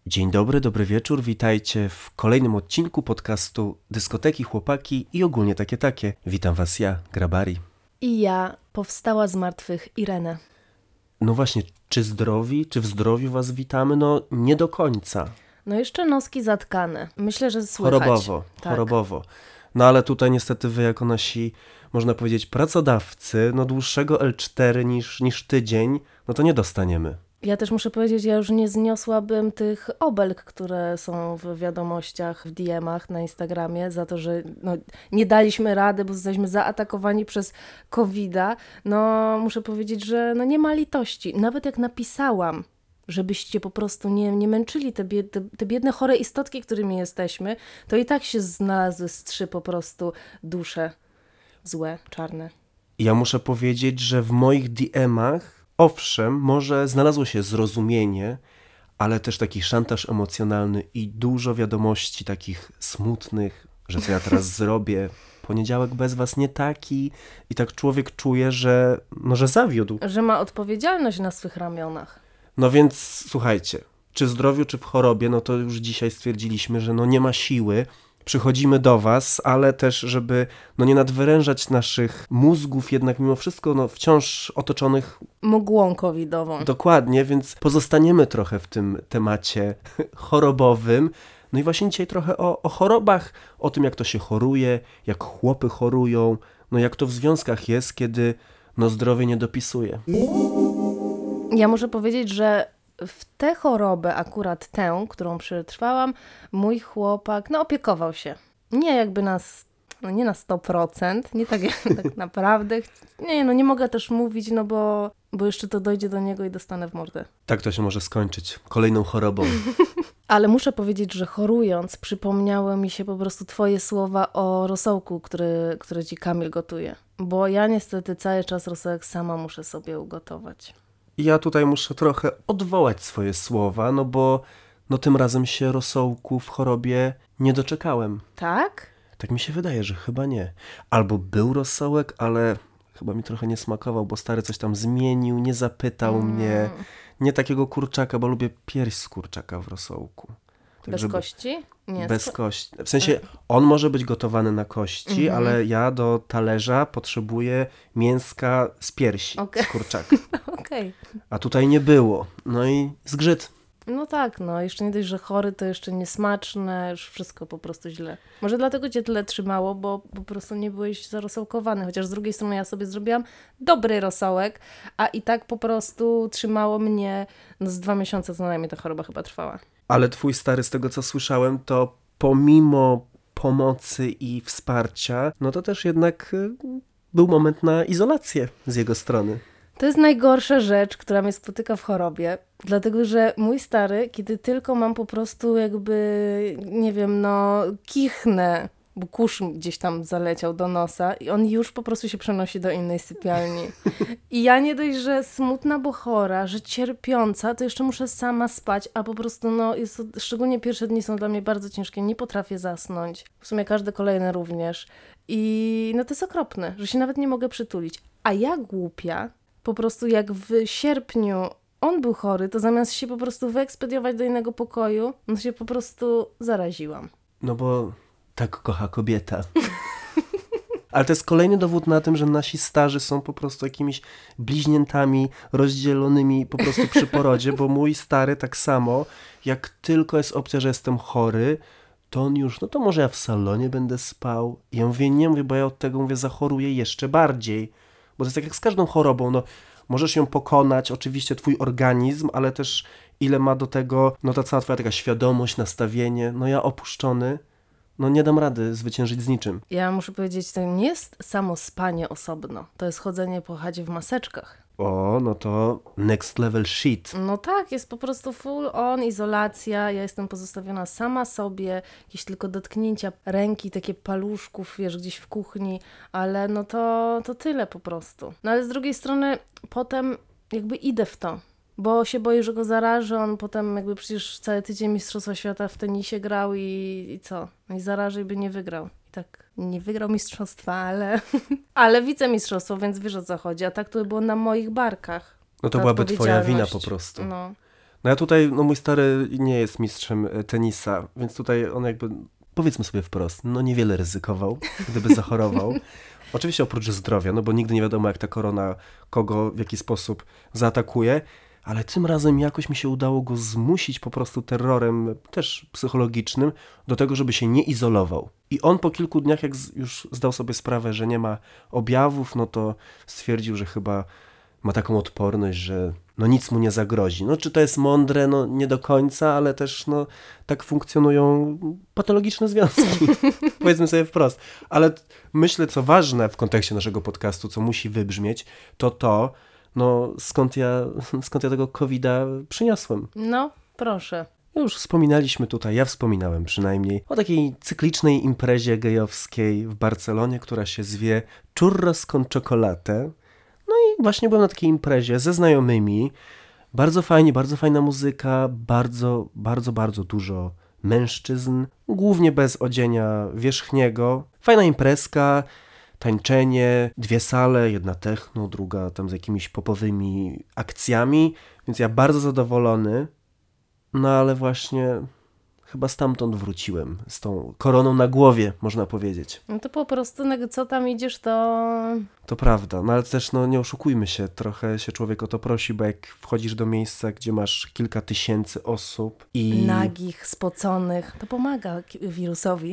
Dzień dobry, dobry wieczór, witajcie w kolejnym odcinku podcastu Dyskoteki, Chłopaki i ogólnie takie. Witam was ja, Grabari. I ja, powstała z martwych Irene. No właśnie, czy w zdrowiu was witamy? No nie do końca. No jeszcze noski zatkane. Myślę, że słychać. Chorobowo. No ale tutaj niestety wy jako nasi, można powiedzieć, pracodawcy, no dłuższego L4 niż tydzień, no to nie dostaniemy. Ja też muszę powiedzieć, ja już nie zniosłabym tych obelg, które są w wiadomościach, w DM-ach na Instagramie za to, że nie daliśmy rady, bo zostaliśmy zaatakowani przez COVID-a. No muszę powiedzieć, że nie ma litości. Nawet jak napisałam, żebyście po prostu nie męczyli te biedne chore istotki, którymi jesteśmy, to i tak się znalazły z 3 po prostu dusze złe, czarne. Ja muszę powiedzieć, że w moich DM-ach, owszem, może znalazło się zrozumienie, ale też taki szantaż emocjonalny i dużo wiadomości takich smutnych, że co ja teraz zrobię, poniedziałek bez was nie taki i tak człowiek czuje, że zawiódł. Że ma odpowiedzialność na swych ramionach. No więc słuchajcie, czy w zdrowiu, czy w chorobie, no to już dzisiaj stwierdziliśmy, że nie ma siły. Przychodzimy do was, ale też, żeby nie nadwyrężać naszych mózgów, jednak mimo wszystko wciąż otoczonych mgłą covidową. Dokładnie, więc pozostaniemy trochę w tym temacie chorobowym. No i właśnie dzisiaj trochę o chorobach, o tym jak to się choruje, jak chłopy chorują, jak to w związkach jest, kiedy zdrowie nie dopisuje. Ja muszę powiedzieć, że w tę chorobę, akurat tę, którą przetrwałam, mój chłopak opiekował się. Nie jakby nie na 100%, nie tak naprawdę. Nie mogę też mówić, bo jeszcze to dojdzie do niego i dostanę w mordę. Tak to się może skończyć, kolejną chorobą. Ale muszę powiedzieć, że chorując przypomniały mi się po prostu twoje słowa o rosołku, który ci Kamil gotuje. Bo ja niestety cały czas rosołek sama muszę sobie ugotować. Ja tutaj muszę trochę odwołać swoje słowa, bo tym razem się rosołku w chorobie nie doczekałem. Tak? Tak mi się wydaje, że chyba nie. Albo był rosołek, ale chyba mi trochę nie smakował, bo stary coś tam zmienił, nie zapytał mnie. Nie takiego kurczaka, bo lubię pierś z kurczaka w rosołku. Tak, bez kości? Nie. Bez kości. W sensie on może być gotowany na kości, ale ja do talerza potrzebuję mięska z piersi, z kurczaka. Okej. A tutaj nie było. No i zgrzyt. No tak, jeszcze nie dość, że chory, to jeszcze niesmaczne, już wszystko po prostu źle. Może dlatego cię tyle trzymało, bo po prostu nie byłeś zarosołkowany, chociaż z drugiej strony ja sobie zrobiłam dobry rosołek, a i tak po prostu trzymało mnie z 2 miesiące, co najmniej ta choroba chyba trwała. Ale twój stary, z tego co słyszałem, to pomimo pomocy i wsparcia, to też jednak był moment na izolację z jego strony. To jest najgorsza rzecz, która mnie spotyka w chorobie, dlatego że mój stary, kiedy tylko mam po prostu kichnę, bo kurz gdzieś tam zaleciał do nosa i on już po prostu się przenosi do innej sypialni. I ja nie dość, że smutna, bo chora, że cierpiąca, to jeszcze muszę sama spać, a po prostu szczególnie pierwsze dni są dla mnie bardzo ciężkie, nie potrafię zasnąć. W sumie każde kolejne również. I to jest okropne, że się nawet nie mogę przytulić. A ja głupia, po prostu jak w sierpniu on był chory, to zamiast się po prostu wyekspediować do innego pokoju, się po prostu zaraziłam. Bo tak kocha kobieta. Ale to jest kolejny dowód na tym, że nasi starzy są po prostu jakimiś bliźniętami rozdzielonymi po prostu przy porodzie, bo mój stary tak samo, jak tylko jest opcja, że jestem chory, to on już, to może ja w salonie będę spał. I ja mówię, nie mówię, bo ja od tego zachoruję jeszcze bardziej. Bo to jest tak jak z każdą chorobą, możesz ją pokonać, oczywiście twój organizm, ale też ile ma do tego, ta cała twoja taka świadomość, nastawienie, ja opuszczony, nie dam rady zwyciężyć z niczym. Ja muszę powiedzieć, to nie jest samo spanie osobno, to jest chodzenie po chacie w maseczkach. O, to next level shit. No tak, jest po prostu full on, izolacja, ja jestem pozostawiona sama sobie, jakieś tylko dotknięcia ręki, takie paluszków, gdzieś w kuchni, ale to tyle po prostu. Ale z drugiej strony potem idę w to, bo się boję, że go zarażę, on potem przecież cały tydzień Mistrzostwa Świata w tenisie grał i co? I zaraży i by nie wygrał. I tak nie wygrał mistrzostwa, ale wicemistrzostwo, więc wiesz o co chodzi, a tak to by było na moich barkach. To byłaby twoja wina po prostu. No ja tutaj, no mój stary nie jest mistrzem tenisa, więc tutaj on jakby, powiedzmy sobie wprost, no niewiele ryzykował, gdyby zachorował. Oczywiście oprócz zdrowia, no bo nigdy nie wiadomo, jak ta korona kogo w jaki sposób zaatakuje, ale tym razem jakoś mi się udało go zmusić po prostu terrorem też psychologicznym do tego, żeby się nie izolował. I on po kilku dniach, jak już zdał sobie sprawę, że nie ma objawów, no to stwierdził, że chyba ma taką odporność, że no nic mu nie zagrozi. No czy to jest mądre? No nie do końca, ale też no tak funkcjonują patologiczne związki. Powiedzmy sobie wprost. Ale myślę, co ważne w kontekście naszego podcastu, co musi wybrzmieć, to no skąd ja tego COVID-a przyniosłem. No, proszę. Już wspominaliśmy tutaj, ja wspominałem przynajmniej, o takiej cyklicznej imprezie gejowskiej w Barcelonie, która się zwie Churros con Chocolate. No i właśnie byłem na takiej imprezie ze znajomymi. Bardzo fajnie, bardzo fajna muzyka, bardzo dużo mężczyzn, głównie bez odzienia wierzchniego. Fajna imprezka, tańczenie, 2 sale, jedna techno, druga tam z jakimiś popowymi akcjami, więc ja bardzo zadowolony. No ale właśnie chyba stamtąd wróciłem, z tą koroną na głowie, można powiedzieć. No to po prostu, co tam idziesz, to... To prawda, no ale też no nie oszukujmy się, trochę się człowiek o to prosi, bo jak wchodzisz do miejsca, gdzie masz kilka tysięcy osób i... Nagich, spoconych, to pomaga wirusowi.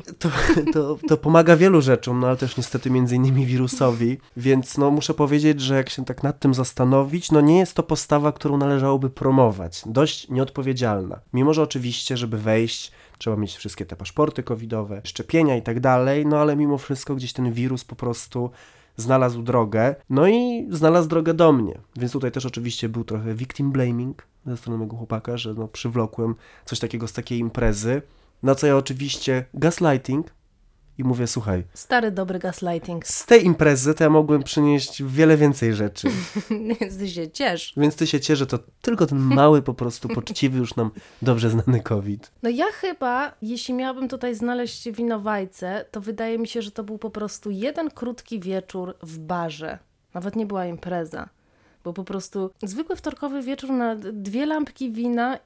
To pomaga wielu rzeczom, no ale też niestety między innymi wirusowi, więc no muszę powiedzieć, że jak się tak nad tym zastanowić, no nie jest to postawa, którą należałoby promować. Dość nieodpowiedzialna. Mimo że oczywiście, żeby wejść, trzeba mieć wszystkie te paszporty covidowe, szczepienia i tak dalej, no ale mimo wszystko gdzieś ten wirus po prostu znalazł drogę, no i znalazł drogę do mnie. Więc tutaj też oczywiście był trochę victim blaming ze strony mojego chłopaka, że no przywlokłem coś takiego z takiej imprezy, na co ja oczywiście gaslighting i mówię, słuchaj, stary, dobry gaslighting. Z tej imprezy to ja mogłem przynieść wiele więcej rzeczy. Więc ty się ciesz. Więc ty się ciesz, że to tylko ten mały, po prostu poczciwy, już nam dobrze znany COVID. No ja chyba, jeśli miałabym tutaj znaleźć winowajcę, to wydaje mi się, że to był po prostu jeden krótki wieczór w barze. Nawet nie była impreza. Był po prostu zwykły wtorkowy wieczór na 2 lampki wina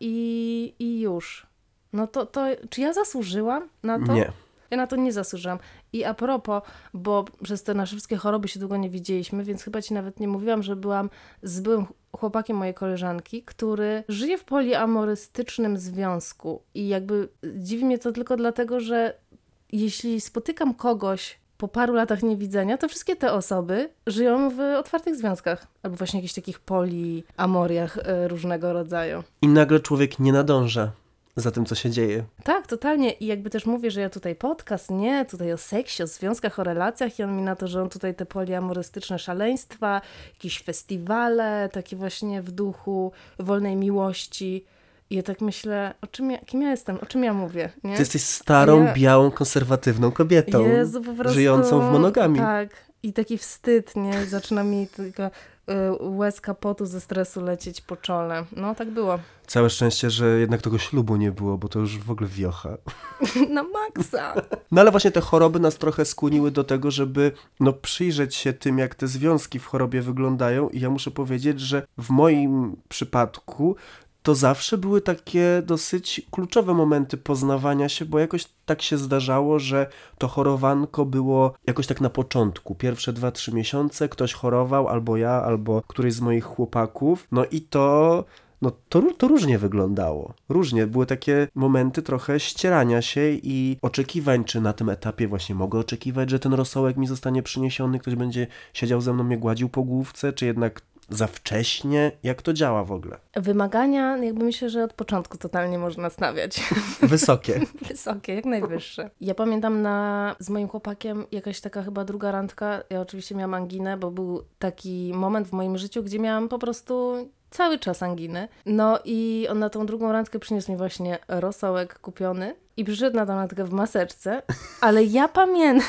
i już. No to czy ja zasłużyłam na to? Nie. Ja na to nie zasłużyłam. I a propos, bo przez te nasze wszystkie choroby się długo nie widzieliśmy, więc chyba ci nawet nie mówiłam, że byłam z byłym chłopakiem mojej koleżanki, który żyje w poliamorystycznym związku. I jakby dziwi mnie to tylko dlatego, że jeśli spotykam kogoś po paru latach niewidzenia, to wszystkie te osoby żyją w otwartych związkach. Albo właśnie jakichś takich poliamoriach różnego rodzaju. I nagle człowiek nie nadąża za tym, co się dzieje. Tak, totalnie. I jakby też mówię, że ja tutaj podcast, nie, tutaj o seksie, o związkach, o relacjach i on mi na to, że on tutaj te poliamorystyczne szaleństwa, jakieś festiwale, takie właśnie w duchu wolnej miłości. I ja tak myślę, kim ja jestem, o czym ja mówię, nie? Ty jesteś starą, białą, konserwatywną kobietą, Jezu, po prostu, żyjącą w monogamii. Tak. I taki wstyd, nie? Zaczyna mi tylko łezka potu ze stresu lecieć po czole. No, tak było. Całe szczęście, że jednak tego ślubu nie było, bo to już w ogóle wiocha. Na maksa. No ale właśnie te choroby nas trochę skłoniły do tego, żeby przyjrzeć się tym, jak te związki w chorobie wyglądają i ja muszę powiedzieć, że w moim przypadku to zawsze były takie dosyć kluczowe momenty poznawania się, bo jakoś tak się zdarzało, że to chorowanko było jakoś tak na początku. Pierwsze 2-3 miesiące ktoś chorował, albo ja, albo któryś z moich chłopaków. No i to różnie wyglądało. Różnie. Były takie momenty trochę ścierania się i oczekiwań, czy na tym etapie właśnie mogę oczekiwać, że ten rosołek mi zostanie przyniesiony, ktoś będzie siedział ze mną, mnie gładził po główce, czy jednak za wcześnie? Jak to działa w ogóle? Wymagania, jakby myślę, że od początku totalnie można stawiać. Wysokie. Wysokie, jak najwyższe. Ja pamiętam z moim chłopakiem jakaś taka chyba druga randka. Ja oczywiście miałam anginę, bo był taki moment w moim życiu, gdzie miałam po prostu cały czas anginę. No i on na tą drugą randkę przyniósł mi właśnie rosołek kupiony i przyszedł na tą randkę w maseczce, ale ja pamiętam...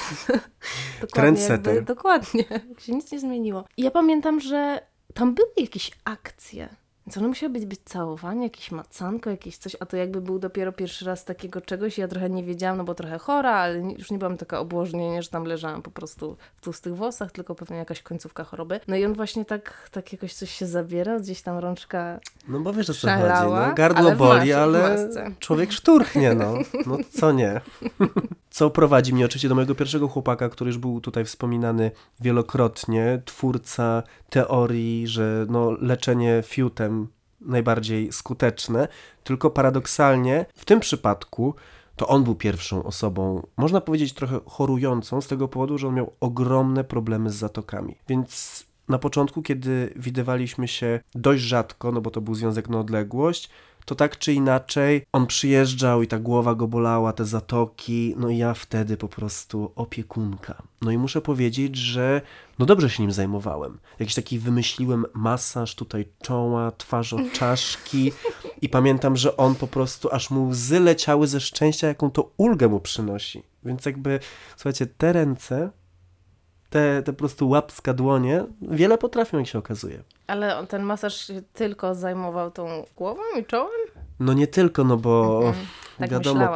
Dokładnie, się nic nie zmieniło. I ja pamiętam, że tam były jakieś akcje. Więc one musiały być całowanie, jakieś macanko, jakieś coś, a to jakby był dopiero pierwszy raz takiego czegoś. Ja trochę nie wiedziałam, no bo trochę chora, ale już nie byłam taka obłożnienie, że tam leżałam po prostu w tłustych włosach, tylko pewnie jakaś końcówka choroby. No i on właśnie tak jakoś coś się zabierał, gdzieś tam rączka No bo wiesz, o co szalała, chodzi. No, gardło ale boli, w ale masce. człowiek szturchnie, no. No co nie. Co prowadzi mnie oczywiście do mojego pierwszego chłopaka, który już był tutaj wspominany wielokrotnie. Twórca teorii, że no, leczenie fiutem najbardziej skuteczne. Tylko paradoksalnie w tym przypadku to on był pierwszą osobą, można powiedzieć trochę chorującą z tego powodu, że on miał ogromne problemy z zatokami. Więc na początku, kiedy widywaliśmy się dość rzadko, no bo to był związek na odległość, to tak czy inaczej on przyjeżdżał i ta głowa go bolała, te zatoki, no i ja wtedy po prostu opiekunka. No i muszę powiedzieć, że no dobrze się nim zajmowałem. Jakiś taki wymyśliłem masaż tutaj czoła, twarzoczaszki i pamiętam, że on po prostu aż mu łzy leciały ze szczęścia, jaką to ulgę mu przynosi. Więc jakby, słuchajcie, te ręce, te po prostu łapska dłonie, wiele potrafią, jak się okazuje. Ale ten masaż się tylko zajmował tą głową i czołem? No nie tylko, no bo Tak wiadomo, myślałam.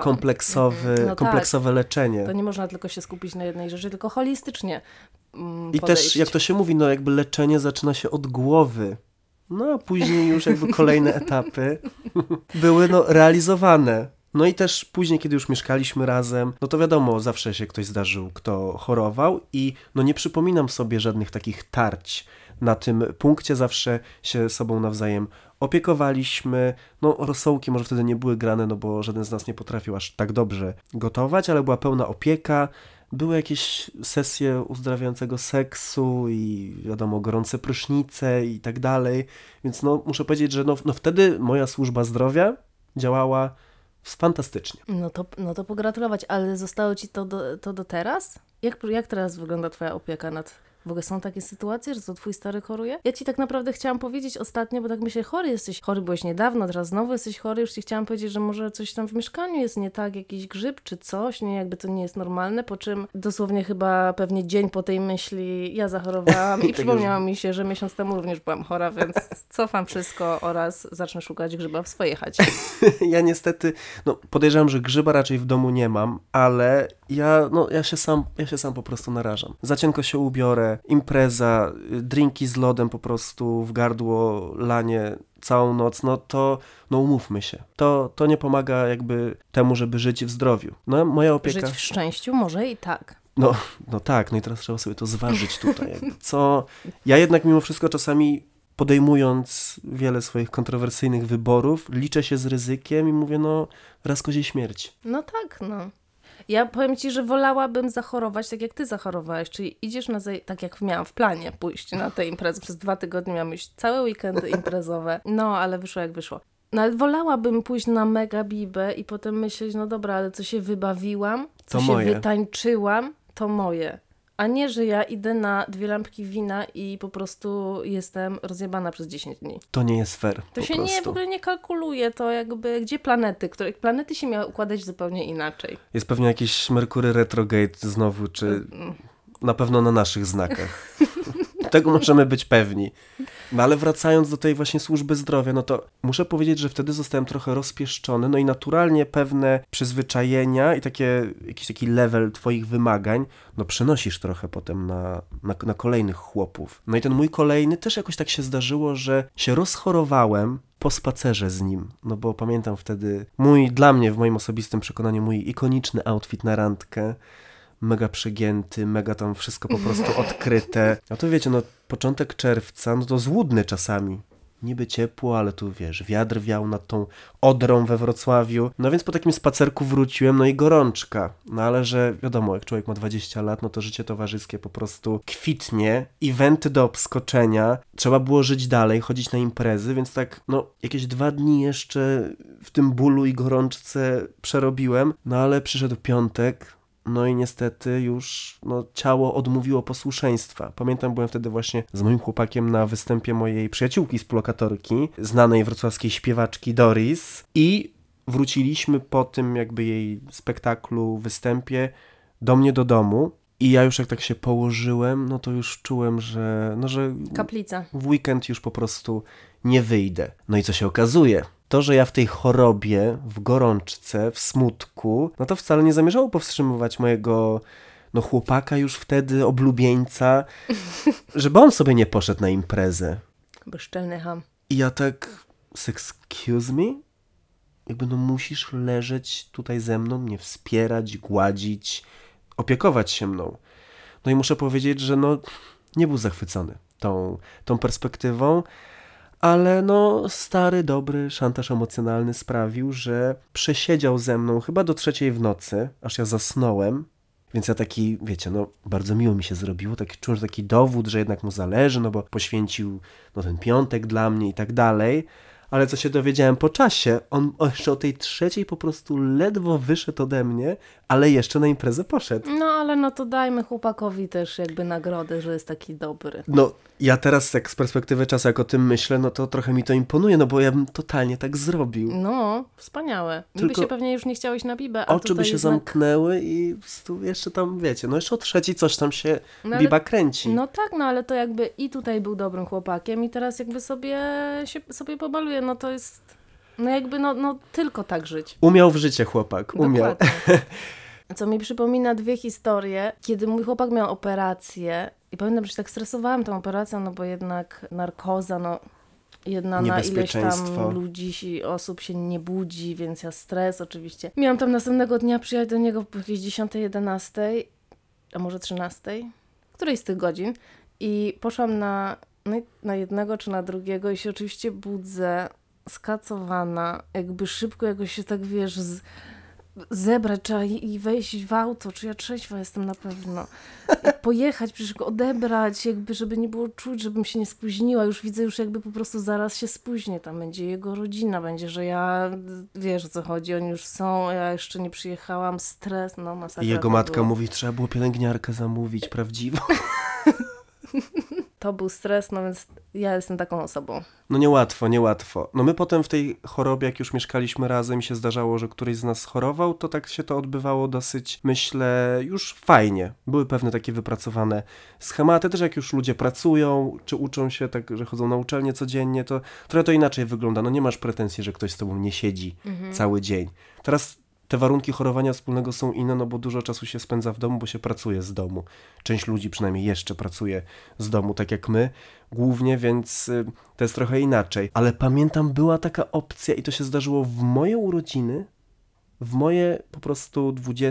kompleksowe leczenie. To nie można tylko się skupić na jednej rzeczy, tylko holistycznie I podejść. też, jak to się mówi, no jakby leczenie zaczyna się od głowy. No a później już jakby kolejne etapy były no realizowane. No i też później, kiedy już mieszkaliśmy razem, no to wiadomo, zawsze się ktoś zdarzył, kto chorował i no nie przypominam sobie żadnych takich tarć. Na tym punkcie zawsze się sobą nawzajem opiekowaliśmy. No rosołki może wtedy nie były grane, no bo żaden z nas nie potrafił aż tak dobrze gotować, ale była pełna opieka. Były jakieś sesje uzdrawiającego seksu i wiadomo, gorące prysznice i tak dalej. Więc no muszę powiedzieć, że no wtedy moja służba zdrowia działała fantastycznie. No to pogratulować, ale zostało ci to do teraz? Jak teraz wygląda twoja opieka nad... W ogóle są takie sytuacje, że to twój stary choruje? Ja ci tak naprawdę chciałam powiedzieć ostatnio, bo tak myślę, chory byłeś niedawno, teraz znowu jesteś chory, już ci chciałam powiedzieć, że może coś tam w mieszkaniu jest nie tak, jakiś grzyb czy coś, nie, jakby to nie jest normalne, po czym dosłownie chyba pewnie dzień po tej myśli ja zachorowałam i przypomniało mi się, że miesiąc temu również byłam chora, więc cofam wszystko oraz zacznę szukać grzyba w swojej chacie. Ja niestety, no podejrzewam, że grzyba raczej w domu nie mam, ale ja się sam po prostu narażam. Za cienko się ubiorę, impreza, drinki z lodem po prostu w gardło, lanie całą noc, no to umówmy się. To nie pomaga jakby temu, żeby żyć w zdrowiu. No moja opieka... Żyć w szczęściu może i tak. No tak, no i teraz trzeba sobie to zważyć tutaj. Jakby. Ja jednak mimo wszystko czasami podejmując wiele swoich kontrowersyjnych wyborów, liczę się z ryzykiem i mówię, no raz koziej śmierci. No tak, no. Ja powiem ci, że wolałabym zachorować tak jak ty zachorowałeś, czyli idziesz tak jak miałam w planie pójść na tę imprezę. Przez 2 tygodnie miałam iść całe weekendy imprezowe. No, ale wyszło jak wyszło. No ale wolałabym pójść na mega bibę i potem myśleć, no dobra, ale co się wybawiłam, co się wytańczyłam, to moje. A nie, że ja idę na 2 lampki wina i po prostu jestem rozjebana przez 10 dni. To nie jest fair. To się w ogóle nie kalkuluje, to jakby gdzie planety się miały układać zupełnie inaczej. Jest pewnie jakiś Merkury retrograde znowu, czy na pewno na naszych znakach. Tego możemy być pewni. No ale wracając do tej właśnie służby zdrowia, no to muszę powiedzieć, że wtedy zostałem trochę rozpieszczony, no i naturalnie pewne przyzwyczajenia i jakiś taki level twoich wymagań, no przenosisz trochę potem na kolejnych chłopów. No i ten mój kolejny też jakoś tak się zdarzyło, że się rozchorowałem po spacerze z nim, no bo pamiętam wtedy dla mnie w moim osobistym przekonaniu mój ikoniczny outfit na randkę, mega przegięty, mega tam wszystko po prostu odkryte. A to wiecie, no początek czerwca, no to złudny czasami. Niby ciepło, ale tu wiesz, wiatr wiał nad tą Odrą we Wrocławiu. No więc po takim spacerku wróciłem, no i gorączka. No ale że wiadomo, jak człowiek ma 20 lat, no to życie towarzyskie po prostu kwitnie, eventy do obskoczenia. Trzeba było żyć dalej, chodzić na imprezy, więc tak, no jakieś 2 dni jeszcze w tym bólu i gorączce przerobiłem. No ale przyszedł piątek, no i niestety już ciało odmówiło posłuszeństwa. Pamiętam, byłem wtedy właśnie z moim chłopakiem na występie mojej przyjaciółki z Plokatorki, znanej wrocławskiej śpiewaczki Doris i wróciliśmy po tym jakby jej spektaklu, występie do mnie do domu. I ja już jak tak się położyłem, no to już czułem, że Kaplica. w weekend już po prostu nie wyjdę. No i co się okazuje? To, że ja w tej chorobie, w gorączce, w smutku, no to wcale nie zamierzało powstrzymywać mojego chłopaka już wtedy, oblubieńca, żeby on sobie nie poszedł na imprezę. Bezczelny ham. I ja tak, excuse me? Jakby musisz leżeć tutaj ze mną, mnie wspierać, gładzić, opiekować się mną. No i muszę powiedzieć, że nie był zachwycony tą perspektywą, ale stary, dobry szantaż emocjonalny sprawił, że przesiedział ze mną chyba do 3 w nocy, aż ja zasnąłem. Więc ja taki, wiecie, bardzo miło mi się zrobiło, czułem, że taki dowód, że jednak mu zależy, bo poświęcił ten piątek dla mnie i tak dalej. Ale co się dowiedziałem po czasie, on jeszcze o tej 3 po prostu ledwo wyszedł ode mnie, ale jeszcze na imprezę poszedł. No ale to dajmy chłopakowi też jakby nagrodę, że jest taki dobry. Ja teraz jak z perspektywy czasu, jak o tym myślę, to trochę mi to imponuje, bo ja bym totalnie tak zrobił. Wspaniałe. Tylko Niby się pewnie już nie chciałeś na bibę, a oczy by się zamknęły i jeszcze tam, wiecie, jeszcze o 3 coś tam się biba kręci. Tak, ale to jakby i tutaj był dobrym chłopakiem i teraz jakby sobie pomaluje, to jest, jakby tylko tak żyć. Umiał w życie chłopak, umiał. Dokładnie. Co mi przypomina 2 historie, kiedy mój chłopak miał operację i pamiętam, że się tak stresowałam tą operacją, bo jednak narkoza, jedna na ileś tam ludzi, osób się nie budzi, więc ja stres oczywiście. Miałam tam następnego dnia przyjechać do niego po jakiejś 10, 11, a może 13, którejś z tych godzin i poszłam na jednego czy na drugiego i się oczywiście budzę skacowana, jakby szybko jakoś się tak, wiesz, zebrać trzeba i wejść w auto, czy ja trzeźwa jestem na pewno. I pojechać, przecież go odebrać, jakby żeby nie było czuć, żebym się nie spóźniła. Już widzę, jakby po prostu zaraz się spóźnię. Tam będzie jego rodzina, będzie, że ja, wiesz o co chodzi, oni już są, ja jeszcze nie przyjechałam, stres, masakra. I jego matka mówi, trzeba było pielęgniarkę zamówić, prawdziwą. To był stres, więc ja jestem taką osobą. Niełatwo. My potem w tej chorobie, jak już mieszkaliśmy razem i się zdarzało, że któryś z nas chorował, to tak się to odbywało dosyć, myślę, już fajnie. Były pewne takie wypracowane schematy, też jak już ludzie pracują, czy uczą się, tak, że chodzą na uczelnię codziennie, to trochę to inaczej wygląda. Nie masz pretensji, że ktoś z tobą nie siedzi cały dzień. Teraz te warunki chorowania wspólnego są inne, bo dużo czasu się spędza w domu, bo się pracuje z domu. Część ludzi przynajmniej jeszcze pracuje z domu, tak jak my głównie, więc to jest trochę inaczej. Ale pamiętam, była taka opcja i to się zdarzyło w moje urodziny, w moje po prostu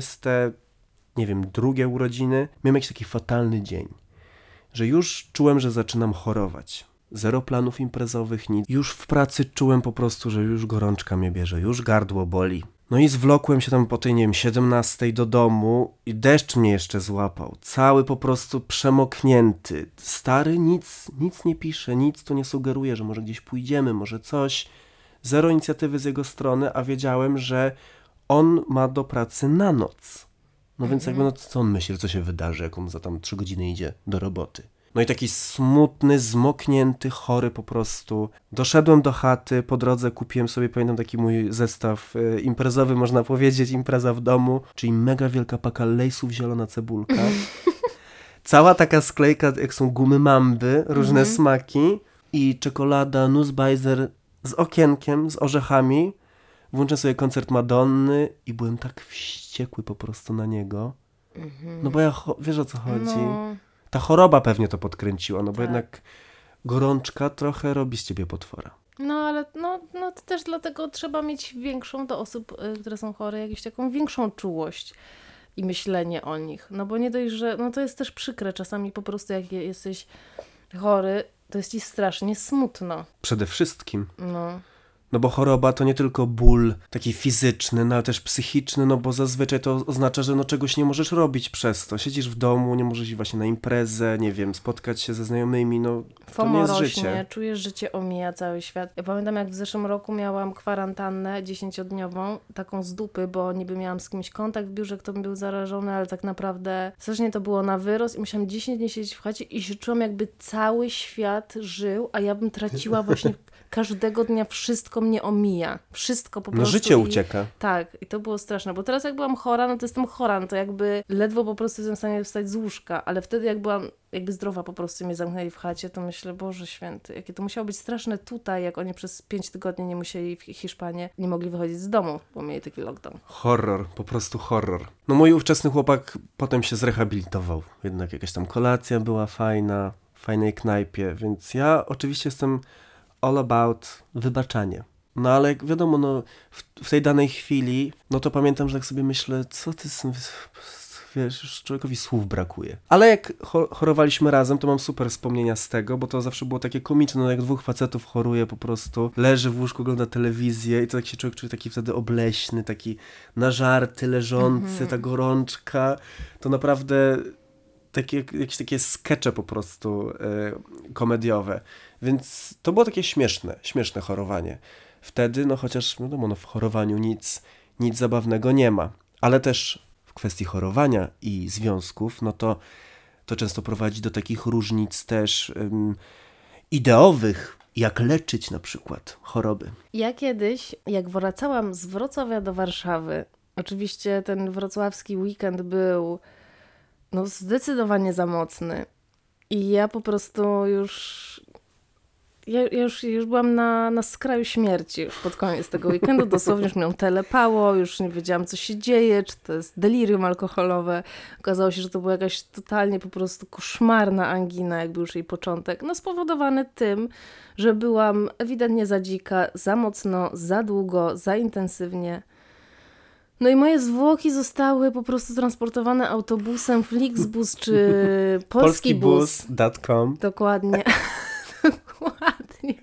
22 urodziny. Miałem jakiś taki fatalny dzień, że już czułem, że zaczynam chorować. 0 planów imprezowych, nic. Już w pracy czułem po prostu, że już gorączka mnie bierze, już gardło boli. I zwlokłem się tam po tej, 17 do domu i deszcz mnie jeszcze złapał. Cały po prostu przemoknięty. Stary nic nie pisze, nic tu nie sugeruje, że może gdzieś pójdziemy, może coś. 0 inicjatywy z jego strony, a wiedziałem, że on ma do pracy na noc. Więc jakby co on myśli, co się wydarzy, jak on za tam 3 godziny idzie do roboty. I taki smutny, zmoknięty, chory po prostu. Doszedłem do chaty, po drodze kupiłem sobie, pamiętam, taki mój zestaw imprezowy, można powiedzieć, impreza w domu, czyli mega wielka paka lejsów, zielona cebulka. Cała taka sklejka, jak są gumy Mamby, różne smaki i czekolada Nussbeiser z okienkiem, z orzechami. Włączę sobie koncert Madonny i byłem tak wściekły po prostu na niego. Bo wiesz o co chodzi. Ta choroba pewnie to podkręciła, bo jednak gorączka trochę robi z ciebie potwora. Ale to też dlatego trzeba mieć większą do osób, które są chore, jakąś taką większą czułość i myślenie o nich. Bo nie dość, że to jest też przykre. Czasami po prostu jak jesteś chory, to jest ci strasznie smutno. Przede wszystkim. Bo choroba to nie tylko ból taki fizyczny, ale też psychiczny, bo zazwyczaj to oznacza, że czegoś nie możesz robić przez to. Siedzisz w domu, nie możesz iść właśnie na imprezę, nie wiem, spotkać się ze znajomymi, to nie jest rośnie, życie. Czujesz, że cię omija cały świat. Ja pamiętam, jak w zeszłym roku miałam kwarantannę 10-dniową, taką z dupy, bo niby miałam z kimś kontakt w biurze, kto był zarażony, ale tak naprawdę strasznie to było na wyrost i musiałam 10 dni siedzieć w chacie i się czułam, jakby cały świat żył, a ja bym traciła właśnie każdego dnia wszystko mnie omija. Wszystko po prostu. No życie ucieka. Tak, i to było straszne, bo teraz jak byłam chora, no to jestem chora, no to jakby ledwo po prostu jestem w stanie wstać z łóżka, ale wtedy jak byłam jakby zdrowa po prostu mnie zamknęli w chacie, to myślę, Boże Święty, jakie to musiało być straszne tutaj, jak oni przez 5 tygodni nie musieli w Hiszpanii, nie mogli wychodzić z domu, bo mieli taki lockdown. Horror, po prostu horror. No mój ówczesny chłopak potem się zrehabilitował. Jednak jakaś tam kolacja była fajna, w fajnej knajpie, więc ja oczywiście jestem all about wybaczanie. No ale jak wiadomo, no w tej danej chwili, no to pamiętam, że tak sobie myślę, co ty wiesz, już człowiekowi słów brakuje. Ale jak chorowaliśmy razem, to mam super wspomnienia z tego, bo to zawsze było takie komiczne, no jak dwóch facetów choruje po prostu, leży w łóżku, ogląda telewizję i to tak się człowiek czuje taki wtedy obleśny, taki nażarty, leżący, ta gorączka, to naprawdę jakieś takie skecze po prostu komediowe. Więc to było takie śmieszne chorowanie. Wtedy, no chociaż wiadomo, no w chorowaniu nic zabawnego nie ma, ale też w kwestii chorowania i związków, no to często prowadzi do takich różnic też ideowych, jak leczyć na przykład choroby. Ja kiedyś, jak wracałam z Wrocławia do Warszawy, oczywiście ten wrocławski weekend był no zdecydowanie za mocny i ja po prostu już byłam na skraju śmierci już pod koniec tego weekendu, dosłownie już miałam telepało, już nie wiedziałam, co się dzieje, czy to jest delirium alkoholowe. Okazało się, że to była jakaś totalnie po prostu koszmarna angina, jakby już jej początek. No spowodowane tym, że byłam ewidentnie za dzika, za mocno, za długo, za intensywnie. No i moje zwłoki zostały po prostu transportowane autobusem Flixbus czy polskibus.com. Dokładnie. Dokładnie.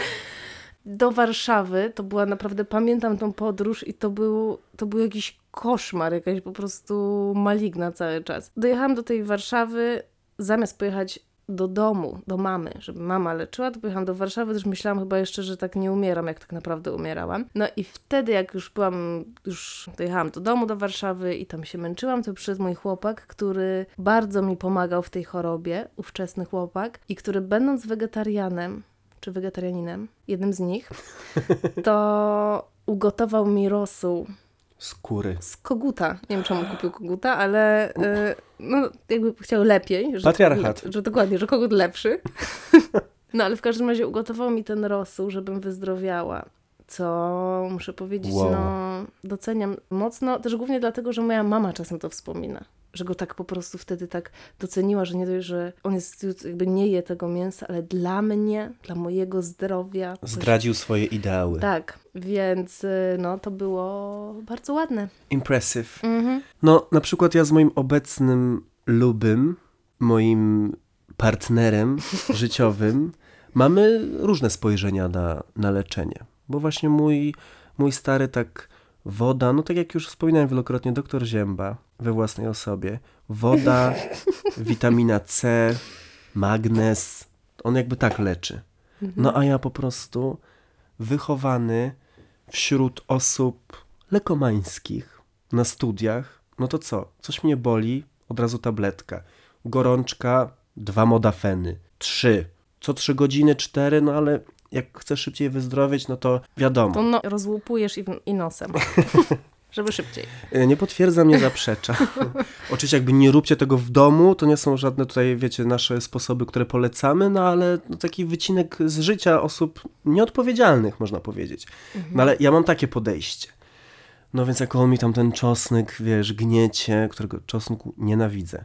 Do Warszawy, to była naprawdę, pamiętam tą podróż i to był jakiś koszmar, jakaś po prostu maligna cały czas. Dojechałam do tej Warszawy, zamiast pojechać do domu, do mamy, żeby mama leczyła, to pojechałam do Warszawy, też myślałam chyba jeszcze, że tak nie umieram, jak tak naprawdę umierałam. No i wtedy, jak już dojechałam do domu, do Warszawy i tam się męczyłam, to przyszedł mój chłopak, który bardzo mi pomagał w tej chorobie, ówczesny chłopak, i który będąc wegetarianem, czy wegetarianinem, jednym z nich, to ugotował mi rosół. Skóry. Z koguta. Nie wiem, czemu kupił koguta, ale no jakby chciał lepiej. Patriarchat. Że dokładnie, że kogut lepszy. No ale w każdym razie ugotował mi ten rosół, żebym wyzdrowiała. Co muszę powiedzieć, wow. No doceniam mocno. Też głównie dlatego, że moja mama czasem to wspomina. Że go tak po prostu wtedy tak doceniła, że nie dość, że on jakby nie je tego mięsa, ale dla mnie, dla mojego zdrowia. Zdradził swoje ideały. Tak, więc no to było bardzo ładne. Impressive. No na przykład ja z moim obecnym lubym, moim partnerem życiowym, mamy różne spojrzenia na leczenie. Bo właśnie mój stary tak woda, no tak jak już wspominałem wielokrotnie, doktor Zięba we własnej osobie, woda, witamina C, magnez, on jakby tak leczy. No a ja po prostu wychowany wśród osób lekomańskich na studiach, no to co? Coś mnie boli, od razu tabletka. Gorączka, 2 modafeny, 3. Co 3 godziny 4, no ale jak chcesz szybciej wyzdrowieć, no to wiadomo. To rozłupujesz i nosem, żeby szybciej. Nie potwierdza, nie zaprzecza. Oczywiście jakby nie róbcie tego w domu, to nie są żadne tutaj, wiecie, nasze sposoby, które polecamy, no ale no, taki wycinek z życia osób nieodpowiedzialnych, można powiedzieć. No ale ja mam takie podejście. No więc jak on mi tam ten czosnek, wiesz, gniecie, którego czosnku nienawidzę,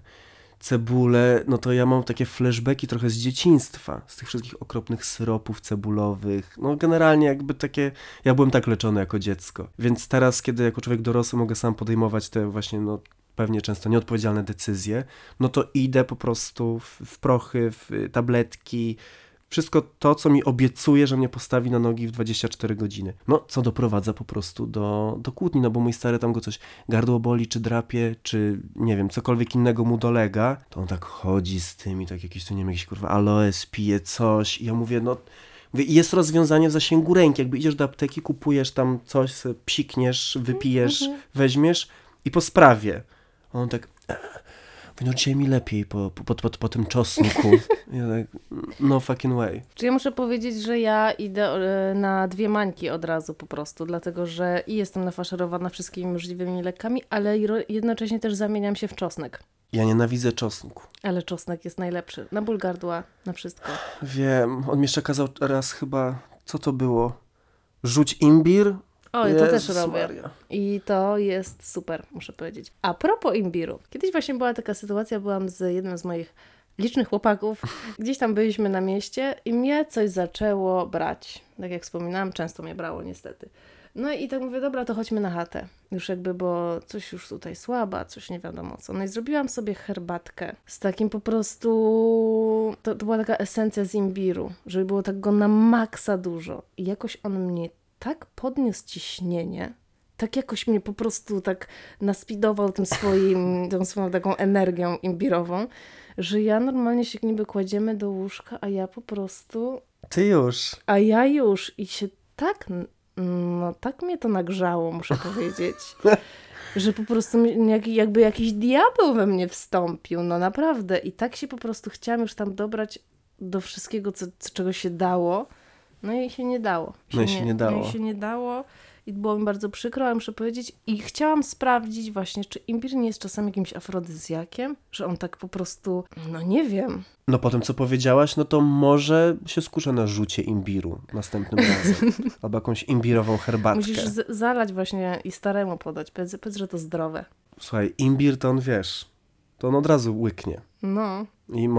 cebulę, no to ja mam takie flashbacki trochę z dzieciństwa, z tych wszystkich okropnych syropów cebulowych. No generalnie jakby takie, ja byłem tak leczony jako dziecko. Więc teraz, kiedy jako człowiek dorosły mogę sam podejmować te właśnie, no pewnie często nieodpowiedzialne decyzje, no to idę po prostu w prochy, w tabletki, wszystko to, co mi obiecuje, że mnie postawi na nogi w 24 godziny. No, co doprowadza po prostu do kłótni, no bo mój stary tam go coś gardło boli, czy drapie, czy nie wiem, cokolwiek innego mu dolega, to on tak chodzi z tym i tak jakieś, tu nie wiem, jakieś kurwa aloes, pije coś i ja mówię, no, jest rozwiązanie w zasięgu ręki, jakby idziesz do apteki, kupujesz tam coś, psikniesz, wypijesz, weźmiesz i po sprawie. On tak... No dzisiaj mi lepiej po tym czosnku. Ja tak, no fucking way. Czy ja muszę powiedzieć, że ja idę na 2 mańki od razu po prostu, dlatego że i jestem nafaszerowana wszystkimi możliwymi lekami, ale jednocześnie też zamieniam się w czosnek. Ja nienawidzę czosnku. Ale czosnek jest najlepszy. Na ból gardła, na wszystko. Wiem, on mi jeszcze kazał raz chyba, co to było? Rzuć imbir? O, ja to też Jezus robię. Maria. I to jest super, muszę powiedzieć. A propos imbiru. Kiedyś właśnie była taka sytuacja, byłam z jednym z moich licznych chłopaków. Gdzieś tam byliśmy na mieście i mnie coś zaczęło brać. Tak jak wspominałam, często mnie brało niestety. No i tak mówię, dobra, to chodźmy na chatę. Już jakby, bo coś już tutaj słaba, coś nie wiadomo co. No i zrobiłam sobie herbatkę z takim po prostu... To była taka esencja z imbiru, żeby było tak go na maksa dużo. I jakoś on mnie tak podniósł ciśnienie, tak jakoś mnie po prostu tak naspidował tą swoją taką energią imbirową, że ja normalnie się niby kładziemy do łóżka, a ja po prostu... Ty już. A ja już i się tak... No tak mnie to nagrzało, muszę powiedzieć. Że po prostu jakby jakiś diabeł we mnie wstąpił, no naprawdę. I tak się po prostu chciałam już tam dobrać do wszystkiego, czego się dało. No i się nie dało. No i się nie dało. I było mi bardzo przykro, ale muszę powiedzieć. I chciałam sprawdzić właśnie, czy imbir nie jest czasem jakimś afrodyzjakiem? Że on tak po prostu, no nie wiem. No po tym, co powiedziałaś, no to może się skuszę na rzucie imbiru następnym razem. Albo jakąś imbirową herbatkę. Musisz zalać właśnie i staremu podać. Powiedz, że to zdrowe. Słuchaj, imbir to on, wiesz, to on od razu łyknie. No. I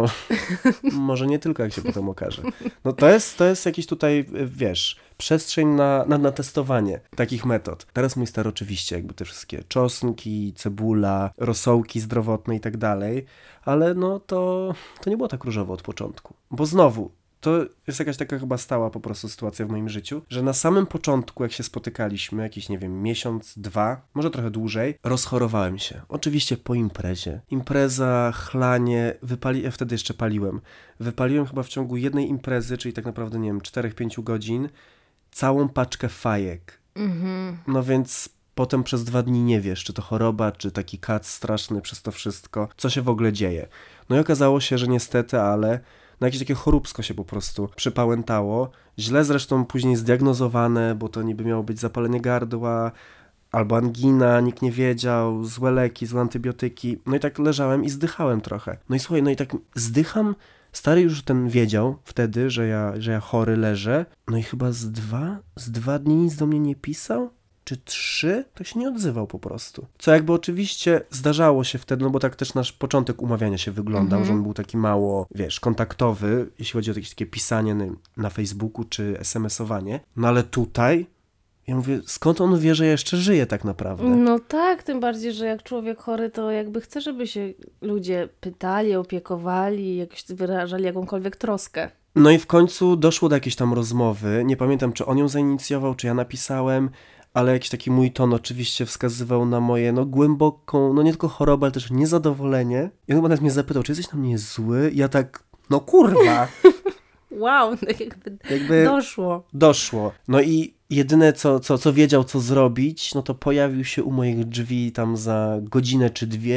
może nie tylko, jak się potem okaże. No to jest jakiś tutaj, wiesz, przestrzeń na testowanie takich metod. Teraz mój stary oczywiście jakby te wszystkie czosnki, cebula, rosołki zdrowotne i tak dalej, ale no to nie było tak różowo od początku. Bo znowu, to jest jakaś taka chyba stała po prostu sytuacja w moim życiu, że na samym początku, jak się spotykaliśmy, jakiś, nie wiem, miesiąc, 2, może trochę dłużej, rozchorowałem się. Oczywiście po imprezie. Impreza, chlanie, ja wtedy jeszcze paliłem. Wypaliłem chyba w ciągu jednej imprezy, czyli tak naprawdę, nie wiem, 4-5 godzin, całą paczkę fajek. No więc potem przez 2 dni nie wiesz, czy to choroba, czy taki kac straszny przez to wszystko, co się w ogóle dzieje. No i okazało się, że niestety, ale no jakieś takie choróbsko się po prostu przypałętało. Źle zresztą później zdiagnozowane, bo to niby miało być zapalenie gardła albo angina, nikt nie wiedział, złe leki, złe antybiotyki. No i tak leżałem i zdychałem trochę. No i słuchaj, no i tak zdycham. Stary już ten wiedział wtedy, że ja chory leżę. No i chyba z dwa dni nic do mnie nie pisał. Czy 3, to się nie odzywał po prostu. Co jakby oczywiście zdarzało się wtedy, no bo tak też nasz początek umawiania się wyglądał, że on był taki mało, wiesz, kontaktowy, jeśli chodzi o jakieś takie pisanie na Facebooku czy SMS-owanie. No ale tutaj, ja mówię, skąd on wie, że ja jeszcze żyję tak naprawdę? No tak, tym bardziej, że jak człowiek chory, to jakby chce, żeby się ludzie pytali, opiekowali, jakoś wyrażali jakąkolwiek troskę. No i w końcu doszło do jakiejś tam rozmowy, nie pamiętam, czy on ją zainicjował, czy ja napisałem, ale jakiś taki mój ton oczywiście wskazywał na moje, no głęboką, no nie tylko chorobę, ale też niezadowolenie. I on nawet mnie zapytał, czy jesteś na mnie zły? Ja tak, no kurwa! Wow, tak jakby Doszło. No i jedyne, co wiedział, co zrobić, no to pojawił się u moich drzwi tam za godzinę czy 2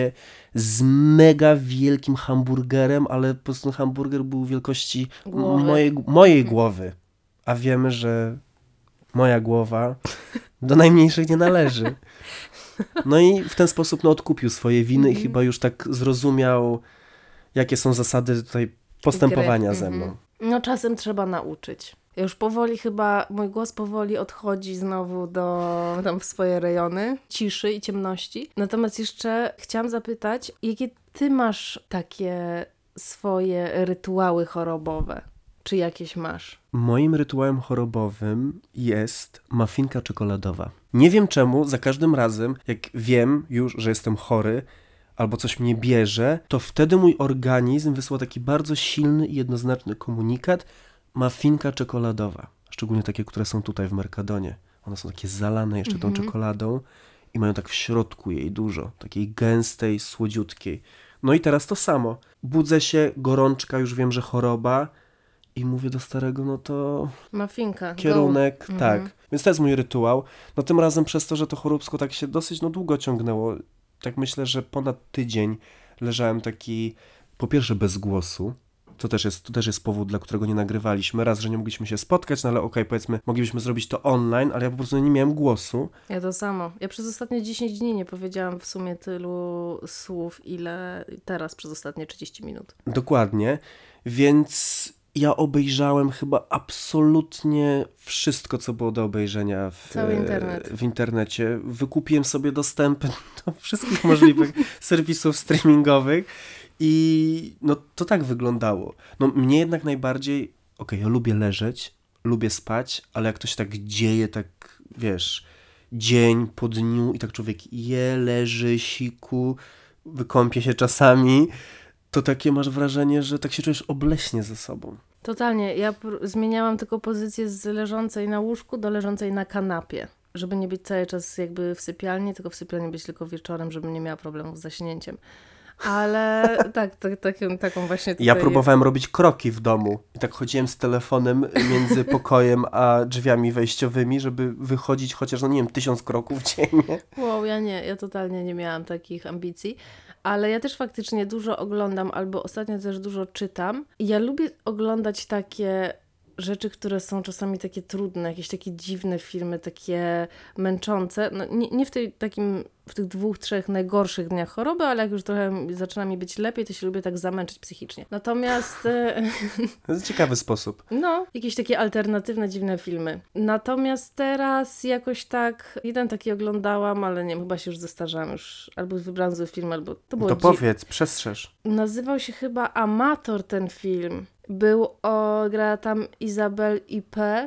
z mega wielkim hamburgerem, ale po prostu hamburger był wielkości mojej głowy. A wiemy, że moja głowa do najmniejszych nie należy. No i w ten sposób odkupił swoje winy i chyba już tak zrozumiał, jakie są zasady tutaj postępowania ze mną. No czasem trzeba nauczyć. Ja już powoli chyba, mój głos powoli odchodzi znowu w swoje rejony ciszy i ciemności. Natomiast jeszcze chciałam zapytać, jakie ty masz takie swoje rytuały chorobowe? Czy jakieś masz? Moim rytuałem chorobowym jest muffinka czekoladowa. Nie wiem czemu, za każdym razem, jak wiem już, że jestem chory, albo coś mnie bierze, to wtedy mój organizm wysłał taki bardzo silny i jednoznaczny komunikat: muffinka czekoladowa. Szczególnie takie, które są tutaj w Mercadonie. One są takie zalane jeszcze tą czekoladą i mają tak w środku jej dużo, takiej gęstej, słodziutkiej. No i teraz to samo. Budzę się, gorączka, już wiem, że choroba i mówię do starego, no to muffinka, kierunek, tak. Więc to jest mój rytuał. No tym razem przez to, że to choróbsko tak się dosyć długo ciągnęło, tak myślę, że ponad tydzień, leżałem taki, po pierwsze bez głosu. To też jest powód, dla którego nie nagrywaliśmy. Raz, że nie mogliśmy się spotkać, no ale okej, powiedzmy, moglibyśmy zrobić to online, ale ja po prostu nie miałem głosu. Ja to samo. Ja przez ostatnie 10 dni nie powiedziałam w sumie tylu słów, ile teraz przez ostatnie 30 minut. Dokładnie, więc ja obejrzałem chyba absolutnie wszystko, co było do obejrzenia Cały internet. w internecie. Wykupiłem sobie dostępy do wszystkich możliwych serwisów streamingowych i no to tak wyglądało. No mnie jednak najbardziej, ja lubię leżeć, lubię spać, ale jak to się tak dzieje, tak wiesz, dzień po dniu i tak człowiek je, leży, siku, wykąpie się czasami, to takie masz wrażenie, że tak się czujesz obleśnie ze sobą. Totalnie. Ja zmieniałam tylko pozycję z leżącej na łóżku do leżącej na kanapie. Żeby nie być cały czas jakby w sypialni, tylko w sypialni być tylko wieczorem, żebym nie miała problemów z zaśnięciem. Ale taką właśnie tutaj... Ja próbowałem robić kroki w domu i tak chodziłem z telefonem między pokojem a drzwiami wejściowymi, żeby wychodzić chociaż, 1000 kroków dziennie. Wow, ja totalnie nie miałam takich ambicji, ale ja też faktycznie dużo oglądam, albo ostatnio też dużo czytam. I ja lubię oglądać takie rzeczy, które są czasami takie trudne, jakieś takie dziwne filmy, takie męczące. No, nie w tych 2-3 najgorszych dniach choroby, ale jak już trochę zaczyna mi być lepiej, to się lubię tak zamęczyć psychicznie. Natomiast... To jest ciekawy sposób. No, jakieś takie alternatywne, dziwne filmy. Natomiast teraz jakoś tak, jeden taki oglądałam, ale nie wiem, chyba się już zestarzałam, albo wybrałam zły film, albo to było... To powiedz, przestrzeż. Nazywał się chyba Amator ten film. Grała tam Izabel I.P.,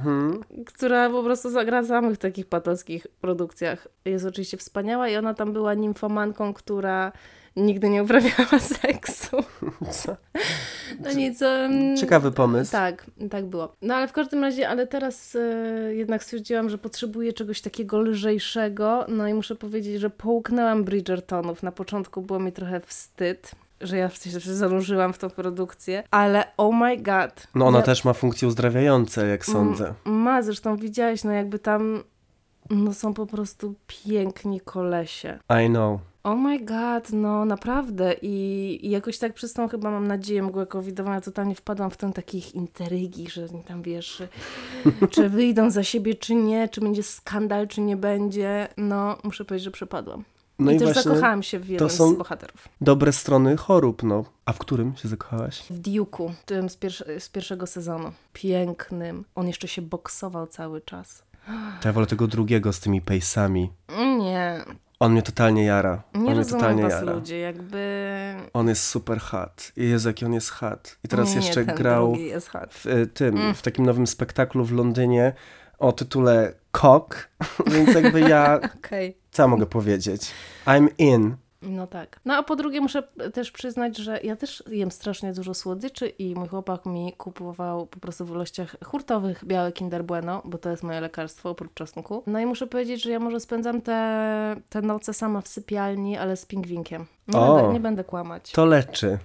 która po prostu zagra w samych takich patowskich produkcjach. Jest oczywiście wspaniała i ona tam była nimfomanką, która nigdy nie uprawiała seksu. Co? No nic. Ciekawy pomysł. Tak było. No ale w każdym razie, ale teraz jednak stwierdziłam, że potrzebuję czegoś takiego lżejszego. No i muszę powiedzieć, że połknęłam Bridgertonów. Na początku było mi trochę wstyd, że ja się zanurzyłam w tą produkcję, ale oh my god. No ona też ma funkcje uzdrawiające, jak sądzę. Zresztą widziałeś, no jakby tam są po prostu piękni kolesie. I know. Oh my god, no naprawdę i jakoś tak przez tą chyba mam nadzieję mgłę covidową, ja totalnie wpadłam w ten takich intrygi, że tam wiesz, czy wyjdą za siebie, czy nie, czy będzie skandal, czy nie będzie. No, muszę powiedzieć, że przepadłam. No I też zakochałam się w jednym z bohaterów. Dobre strony chorób, no. A w którym się zakochałaś? W Duke'u, tym z pierwszego sezonu. Pięknym. On jeszcze się boksował cały czas. Ja wolę tego drugiego z tymi pejsami. Nie. On mnie totalnie jara. Nie rozumiem was ludzie, jakby... On jest super hot. Jezu, jaki on jest hot. I teraz jeszcze ten grał drugi jest hot. w takim nowym spektaklu w Londynie o tytule Cock, więc jakby ja... Okej. Co mogę powiedzieć? I'm in. No tak. No a po drugie muszę też przyznać, że ja też jem strasznie dużo słodyczy i mój chłopak mi kupował po prostu w ilościach hurtowych białe Kinder Bueno, bo to jest moje lekarstwo oprócz czosnku. No i muszę powiedzieć, że ja może spędzam te noce sama w sypialni, ale z pingwinkiem. Nie będę kłamać. To leczy.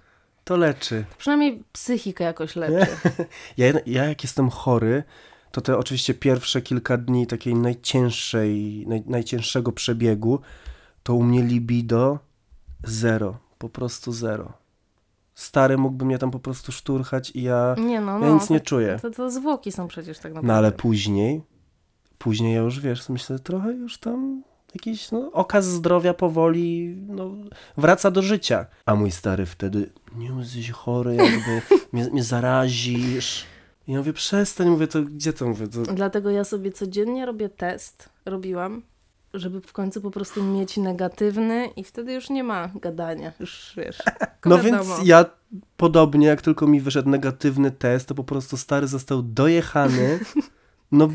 Przynajmniej psychikę jakoś leczy. Ja jak jestem chory, to te oczywiście pierwsze kilka dni takiej najcięższego przebiegu, to u mnie libido 0, po prostu 0. Stary mógłby mnie tam po prostu szturchać i ja nic nie czuję. To zwłoki są przecież tak naprawdę. No ale później ja już wiesz, myślę, trochę już tam jakiś okaz zdrowia powoli wraca do życia. A mój stary wtedy, nie jesteś chory, jakby mnie zarazisz. I ja mówię, przestań, to gdzie to mówię? Dlatego ja sobie codziennie robiłam, żeby w końcu po prostu mieć negatywny i wtedy już nie ma gadania, już wiesz. No więc ja podobnie, jak tylko mi wyszedł negatywny test, to po prostu stary został dojechany, no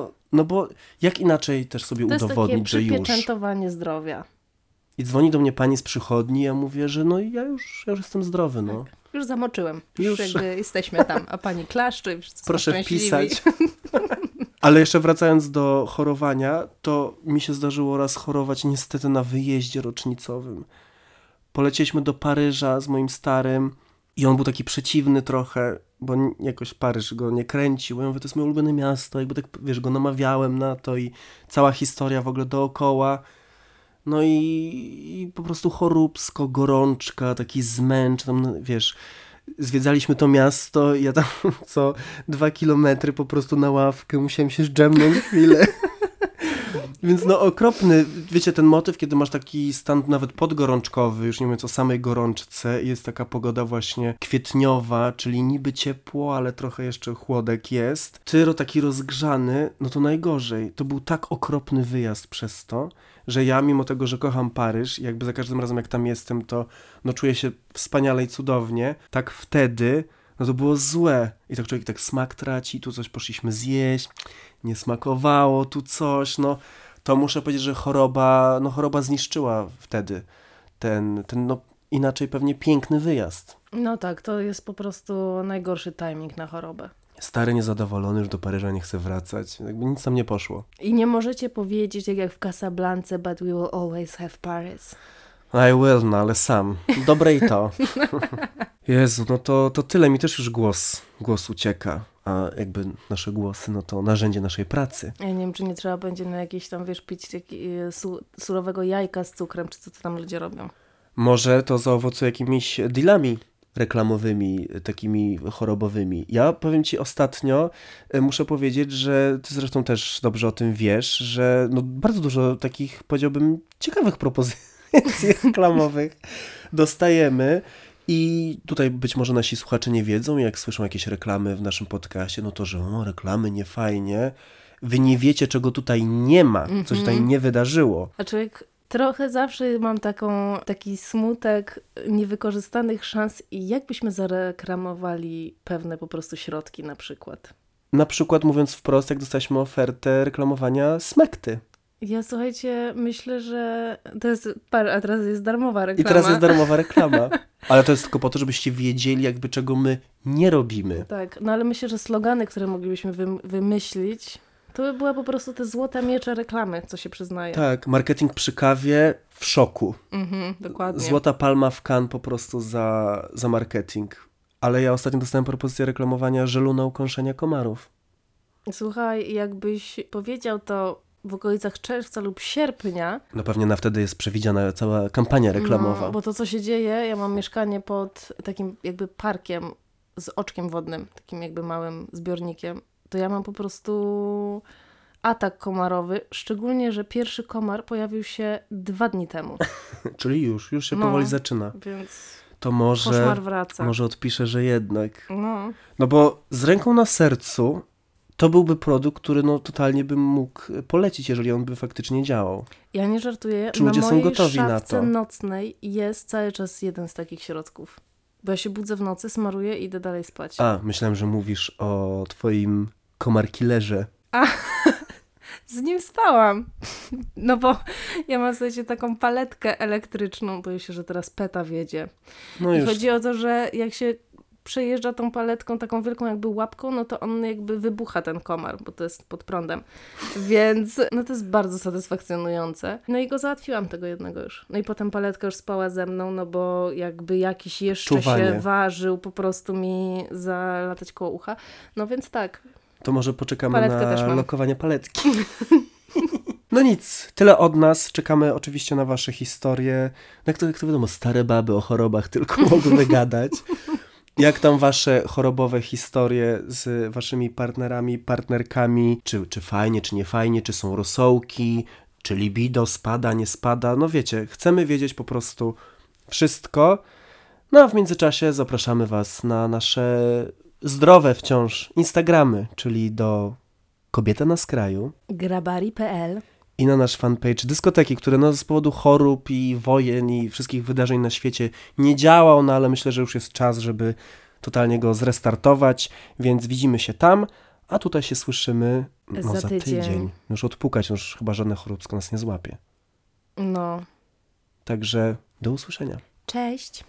bo jak inaczej też sobie udowodnić, że już. To jest takie przypieczętowanie zdrowia. I dzwoni do mnie pani z przychodni, ja mówię, że ja już jestem zdrowy, no. Tak. Już zamoczyłem, już jakby jesteśmy tam, a pani klaszczy i wszyscy proszę są wpisać. Ale jeszcze wracając do chorowania, to mi się zdarzyło raz chorować niestety na wyjeździe rocznicowym. Polecieliśmy do Paryża z moim starym i on był taki przeciwny trochę, bo jakoś Paryż go nie kręcił. Ja mówię, to jest moje ulubione miasto, jakby tak, wiesz, go namawiałem na to i cała historia w ogóle dookoła. No i po prostu choróbsko, gorączka, taki zmęcz, tam, no, wiesz, zwiedzaliśmy to miasto i ja tam co 2 kilometry po prostu na ławkę musiałem się zdrzemnąć chwilę. Więc no okropny, wiecie, ten motyw, kiedy masz taki stan nawet podgorączkowy, już nie mówiąc o samej gorączce, jest taka pogoda właśnie kwietniowa, czyli niby ciepło, ale trochę jeszcze chłodek jest. Tyro taki rozgrzany, no to najgorzej. To był tak okropny wyjazd przez to, że ja mimo tego, że kocham Paryż, jakby za każdym razem jak tam jestem, to no czuję się wspaniale i cudownie, tak wtedy no to było złe. I tak człowiek tak smak traci, tu coś poszliśmy zjeść, nie smakowało, tu coś, no to muszę powiedzieć, że choroba zniszczyła wtedy ten no inaczej pewnie piękny wyjazd. No tak, to jest po prostu najgorszy timing na chorobę. Stary niezadowolony, już do Paryża nie chce wracać, jakby nic tam nie poszło. I nie możecie powiedzieć, tak jak w Casablance, but we will always have Paris. I will, no ale sam. Dobre i to. Jezu, no to tyle. Mi też już głos ucieka. A jakby nasze głosy, no to narzędzie naszej pracy. Ja nie wiem, czy nie trzeba będzie na jakieś tam, wiesz, pić surowego jajka z cukrem, czy co to tam ludzie robią. Może to zaowocuje jakimiś dealami reklamowymi, takimi chorobowymi. Ja powiem ci ostatnio, muszę powiedzieć, że ty zresztą też dobrze o tym wiesz, że no bardzo dużo takich, powiedziałbym, ciekawych propozycji reklamowych dostajemy. I tutaj być może nasi słuchacze nie wiedzą, jak słyszą jakieś reklamy w naszym podcaście, no to, że reklamy nie fajnie. Wy nie wiecie, czego tutaj nie ma, co się tutaj nie wydarzyło. A człowiek trochę zawsze mam taki smutek niewykorzystanych szans i jakbyśmy zareklamowali pewne po prostu środki na przykład. Na przykład, mówiąc wprost, jak dostaliśmy ofertę reklamowania Smekty. Ja, słuchajcie, myślę, że to jest a teraz jest darmowa reklama. I teraz jest darmowa reklama. Ale to jest tylko po to, żebyście wiedzieli jakby czego my nie robimy. Tak, no ale myślę, że slogany, które moglibyśmy wymyślić, to by była po prostu te złote miecze reklamy, co się przyznaje. Tak, marketing przy kawie w szoku. Dokładnie. Złota palma w Cannes po prostu za marketing. Ale ja ostatnio dostałem propozycję reklamowania żelu na ukąszenia komarów. Słuchaj, jakbyś powiedział to w okolicach czerwca lub sierpnia. No pewnie na wtedy jest przewidziana cała kampania reklamowa. No, bo to, co się dzieje, ja mam mieszkanie pod takim jakby parkiem z oczkiem wodnym, takim jakby małym zbiornikiem. To ja mam po prostu atak komarowy, szczególnie, że pierwszy komar pojawił się 2 dni temu. Czyli już się powoli zaczyna. Więc to może, koszmar wraca. Może odpiszę, że jednak. No bo z ręką na sercu to byłby produkt, który no totalnie bym mógł polecić, jeżeli on by faktycznie działał. Ja nie żartuję. Czy ludzie są gotowi na to? Na mojej szafce nocnej jest cały czas jeden z takich środków. Bo ja się budzę w nocy, smaruję i idę dalej spać. A, myślałem, że mówisz o twoim komarkillerze. Z nim spałam. No bo ja mam w sensie taką paletkę elektryczną. Boję się, że teraz PETA wiedzie. No I już. chodzi o to, że jak się przejeżdża tą paletką, taką wielką jakby łapką, no to on jakby wybucha ten komar, bo to jest pod prądem. Więc no to jest bardzo satysfakcjonujące. No i go załatwiłam tego jednego już. No i potem paletka już spała ze mną, no bo jakby jakiś jeszcze Czuwanie się ważył po prostu mi zalatać koło ucha. No więc tak. To może poczekamy Paletkę też na mam. lokowanie paletki. No nic, tyle od nas. Czekamy oczywiście na wasze historie. Jak to wiadomo, stare baby o chorobach tylko mogą wygadać. Jak tam wasze chorobowe historie z waszymi partnerami, partnerkami? Czy fajnie, czy nie fajnie? Czy są rosołki? Czy libido spada, nie spada? No wiecie, chcemy wiedzieć po prostu wszystko. No a w międzyczasie zapraszamy was na nasze zdrowe wciąż Instagramy, czyli do Kobieta na skraju. Grabari.pl I na nasz fanpage dyskoteki, który no z powodu chorób i wojen i wszystkich wydarzeń na świecie nie działał, no ale myślę, że już jest czas, żeby totalnie go zrestartować, więc widzimy się tam, a tutaj się słyszymy za tydzień. Już odpukać, już chyba żadne choróbsko nas nie złapie. No. Także do usłyszenia. Cześć.